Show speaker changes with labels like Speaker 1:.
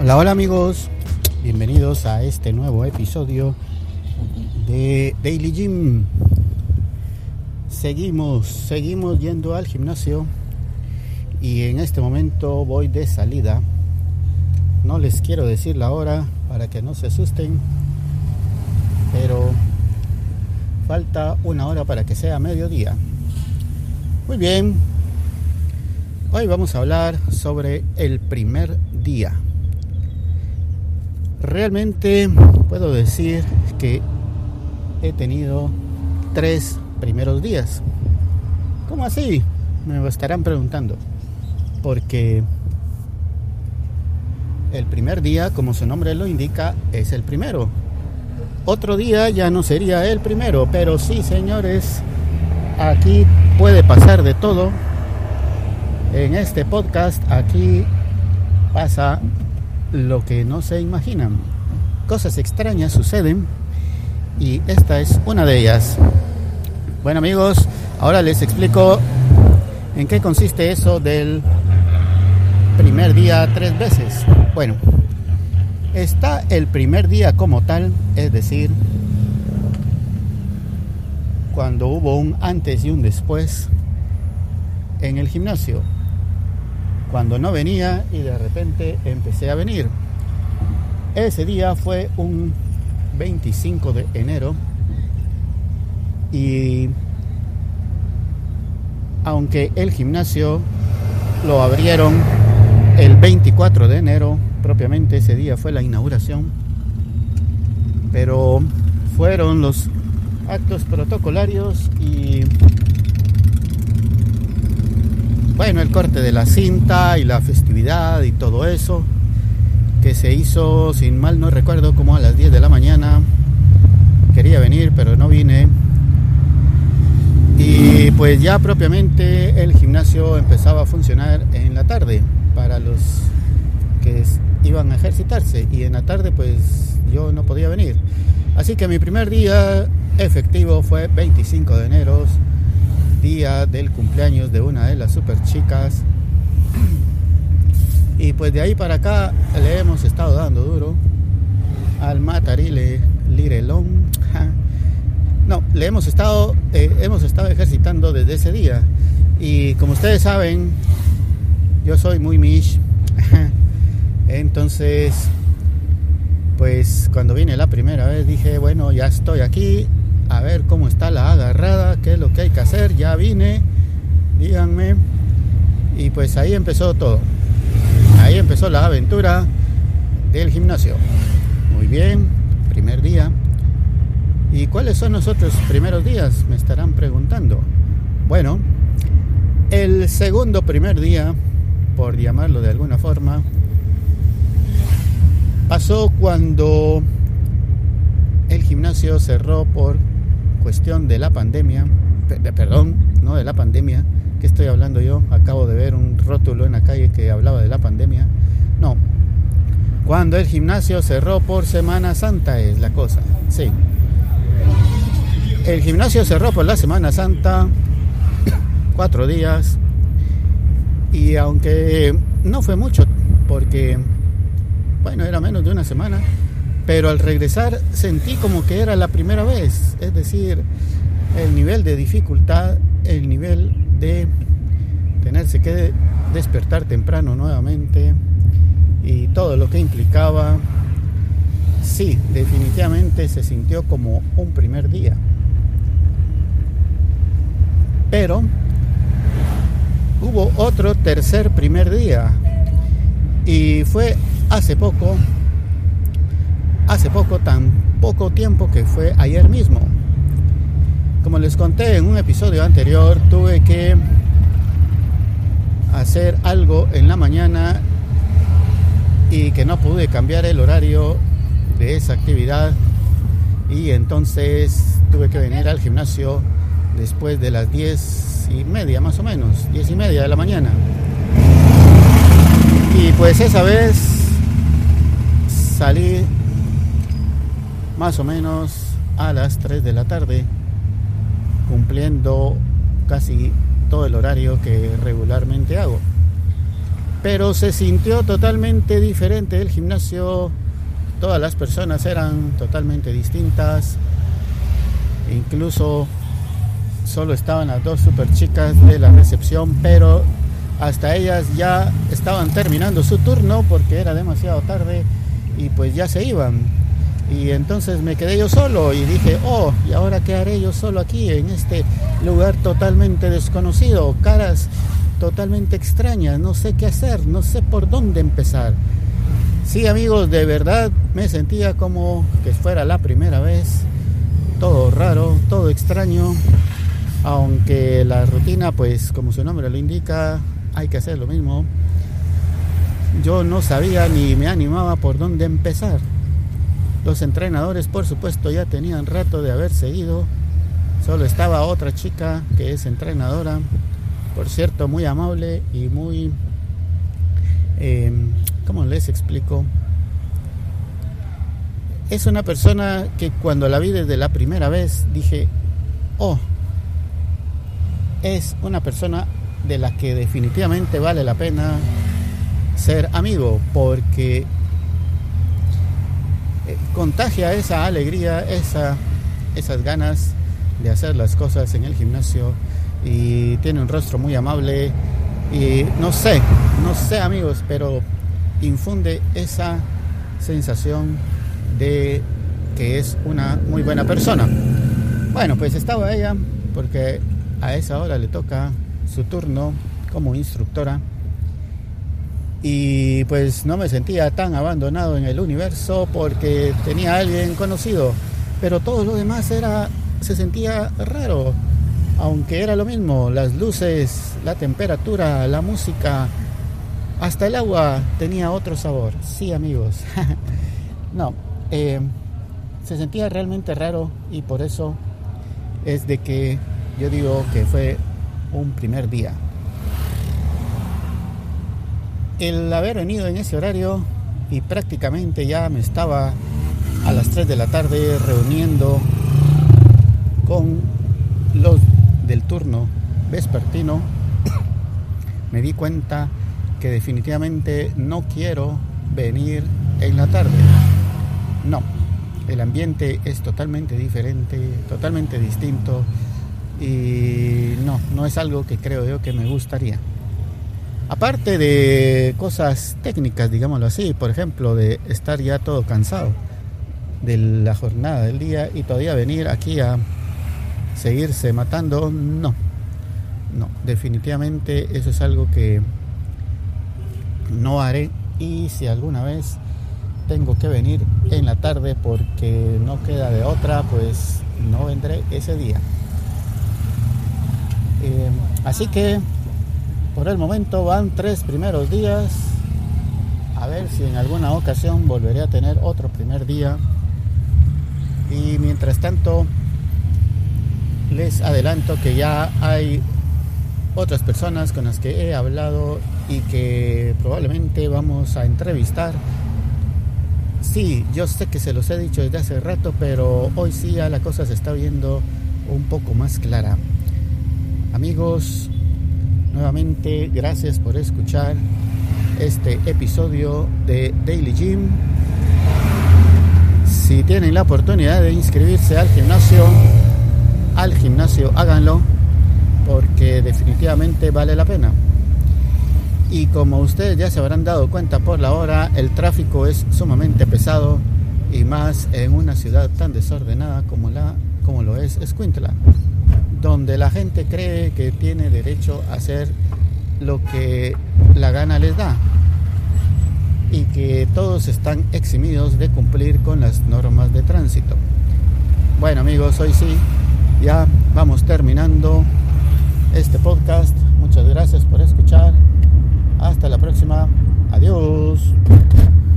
Speaker 1: Hola, hola amigos, bienvenidos a este nuevo episodio de Daily Gym. Seguimos yendo al gimnasio y en este momento voy de salida. No les quiero decir la hora para que no se asusten, pero falta una hora para que sea mediodía. Muy bien, hoy vamos a hablar sobre el primer día. Realmente puedo decir que he tenido 3 primeros días. ¿Cómo así? Me estarán preguntando. Porque el primer día, como su nombre lo indica, es el primero. Otro día ya no sería el primero, pero sí, señores, aquí puede pasar de todo. En este podcast, aquí pasa lo que no se imaginan. Cosas extrañas suceden y esta es una de ellas. Bueno amigos, ahora les explico en qué consiste eso del primer día 3 veces. Bueno, está el primer día como tal, es decir, cuando hubo un antes y un después en el gimnasio. Cuando no venía y de repente empecé a venir. Ese día fue un 25 de enero y aunque el gimnasio lo abrieron el 24 de enero, propiamente ese día fue la inauguración, pero fueron los actos protocolarios y bueno, el corte de la cinta y la festividad y todo eso, que se hizo, sin mal no recuerdo, como a las 10 de la mañana. Quería venir, pero no vine. Y pues ya propiamente el gimnasio empezaba a funcionar en la tarde para los que iban a ejercitarse. Y en la tarde pues yo no podía venir. Así que mi primer día efectivo fue 25 de enero. Día del cumpleaños de una de las super chicas y pues de ahí para acá le hemos estado dando duro al matarile lirelón. No, le hemos estado ejercitando desde ese día y como ustedes saben yo soy muy mish. Entonces pues cuando vine la primera vez dije bueno, ya estoy aquí, a ver cómo está la agarrada, qué es lo que hay que hacer, ya vine, díganme. Y pues ahí empezó todo. Ahí empezó la aventura del gimnasio. Muy bien, primer día. ¿Y cuáles son los otros primeros días? Me estarán preguntando. Bueno, el segundo primer día, por llamarlo de alguna forma, pasó cuando el gimnasio cerró por cuestión de la pandemia. Perdón, no de la pandemia. ¿Qué estoy hablando yo? Acabo de ver un rótulo en la calle que hablaba de la pandemia. No, cuando el gimnasio cerró por Semana Santa es la cosa. Sí, el gimnasio cerró por la Semana Santa 4 días. Y aunque no fue mucho, porque bueno, era menos de una semana, pero al regresar sentí como que era la primera vez. Es decir, el nivel de dificultad, el nivel de tenerse que despertar temprano nuevamente y todo lo que implicaba, sí, definitivamente se sintió como un primer día. Pero hubo otro tercer primer día y fue hace poco, tan poco tiempo que fue ayer mismo. Como les conté en un episodio anterior, tuve que hacer algo en la mañana y que no pude cambiar el horario de esa actividad y entonces tuve que venir al gimnasio después de las 10:30 más o menos, 10:30 de la mañana. Y pues esa vez salí más o menos a las 3 de la tarde, cumpliendo casi todo el horario que regularmente hago. pero se sintió totalmente diferente el gimnasio. Todas las personas eran totalmente distintas, incluso solo estaban las dos super chicas de la recepción, pero hasta ellas ya estaban terminando su turno porque era demasiado tarde y pues ya se iban. Y entonces me quedé yo solo y dije, ¿y ahora qué haré yo solo aquí en este lugar totalmente desconocido? Caras totalmente extrañas, no sé qué hacer, no sé por dónde empezar. Sí, amigos, de verdad me sentía como que fuera la primera vez. Todo raro, todo extraño. Aunque la rutina, pues como su nombre lo indica, hay que hacer lo mismo. Yo no sabía ni me animaba por dónde empezar. Los entrenadores, por supuesto, ya tenían rato de haberse ido. Solo estaba otra chica que es entrenadora, por cierto, muy amable y muy... ¿cómo les explico? Es una persona que cuando la vi desde la primera vez dije, es una persona de la que definitivamente vale la pena ser amigo, porque contagia esa alegría, esas ganas de hacer las cosas en el gimnasio, y tiene un rostro muy amable y no sé amigos, pero infunde esa sensación de que es una muy buena persona. Bueno, pues estaba ella porque a esa hora le toca su turno como instructora y pues no me sentía tan abandonado en el universo porque tenía a alguien conocido, pero todo lo demás se sentía raro, aunque era lo mismo, las luces, la temperatura, la música, hasta el agua tenía otro sabor. Sí, amigos. No, se sentía realmente raro y por eso es de que yo digo que fue un primer día. El haber venido en ese horario y prácticamente ya me estaba a las 3 de la tarde reuniendo con los del turno vespertino, me di cuenta que definitivamente no quiero venir en la tarde. No, el ambiente es totalmente diferente, totalmente distinto y no es algo que creo yo que me gustaría. Aparte de cosas técnicas, digámoslo así, por ejemplo, de estar ya todo cansado de la jornada del día y todavía venir aquí a seguirse matando, no, definitivamente eso es algo que no haré, y si alguna vez tengo que venir en la tarde porque no queda de otra, pues no vendré ese día. Así que por el momento van 3 primeros días, a ver si en alguna ocasión volveré a tener otro primer día, y mientras tanto les adelanto que ya hay otras personas con las que he hablado y que probablemente vamos a entrevistar. Sí, yo sé que se los he dicho desde hace rato, pero hoy sí ya la cosa se está viendo un poco más clara. Amigos, nuevamente gracias por escuchar este episodio de Daily Gym. Si tienen la oportunidad de inscribirse al gimnasio háganlo, porque definitivamente vale la pena. Y como ustedes ya se habrán dado cuenta por la hora, el tráfico es sumamente pesado, y más en una ciudad tan desordenada como lo es Escuintla, donde la gente cree que tiene derecho a hacer lo que la gana les da y que todos están eximidos de cumplir con las normas de tránsito. Bueno, amigos, hoy sí ya vamos terminando este podcast. Muchas gracias por escuchar. Hasta la próxima. Adiós.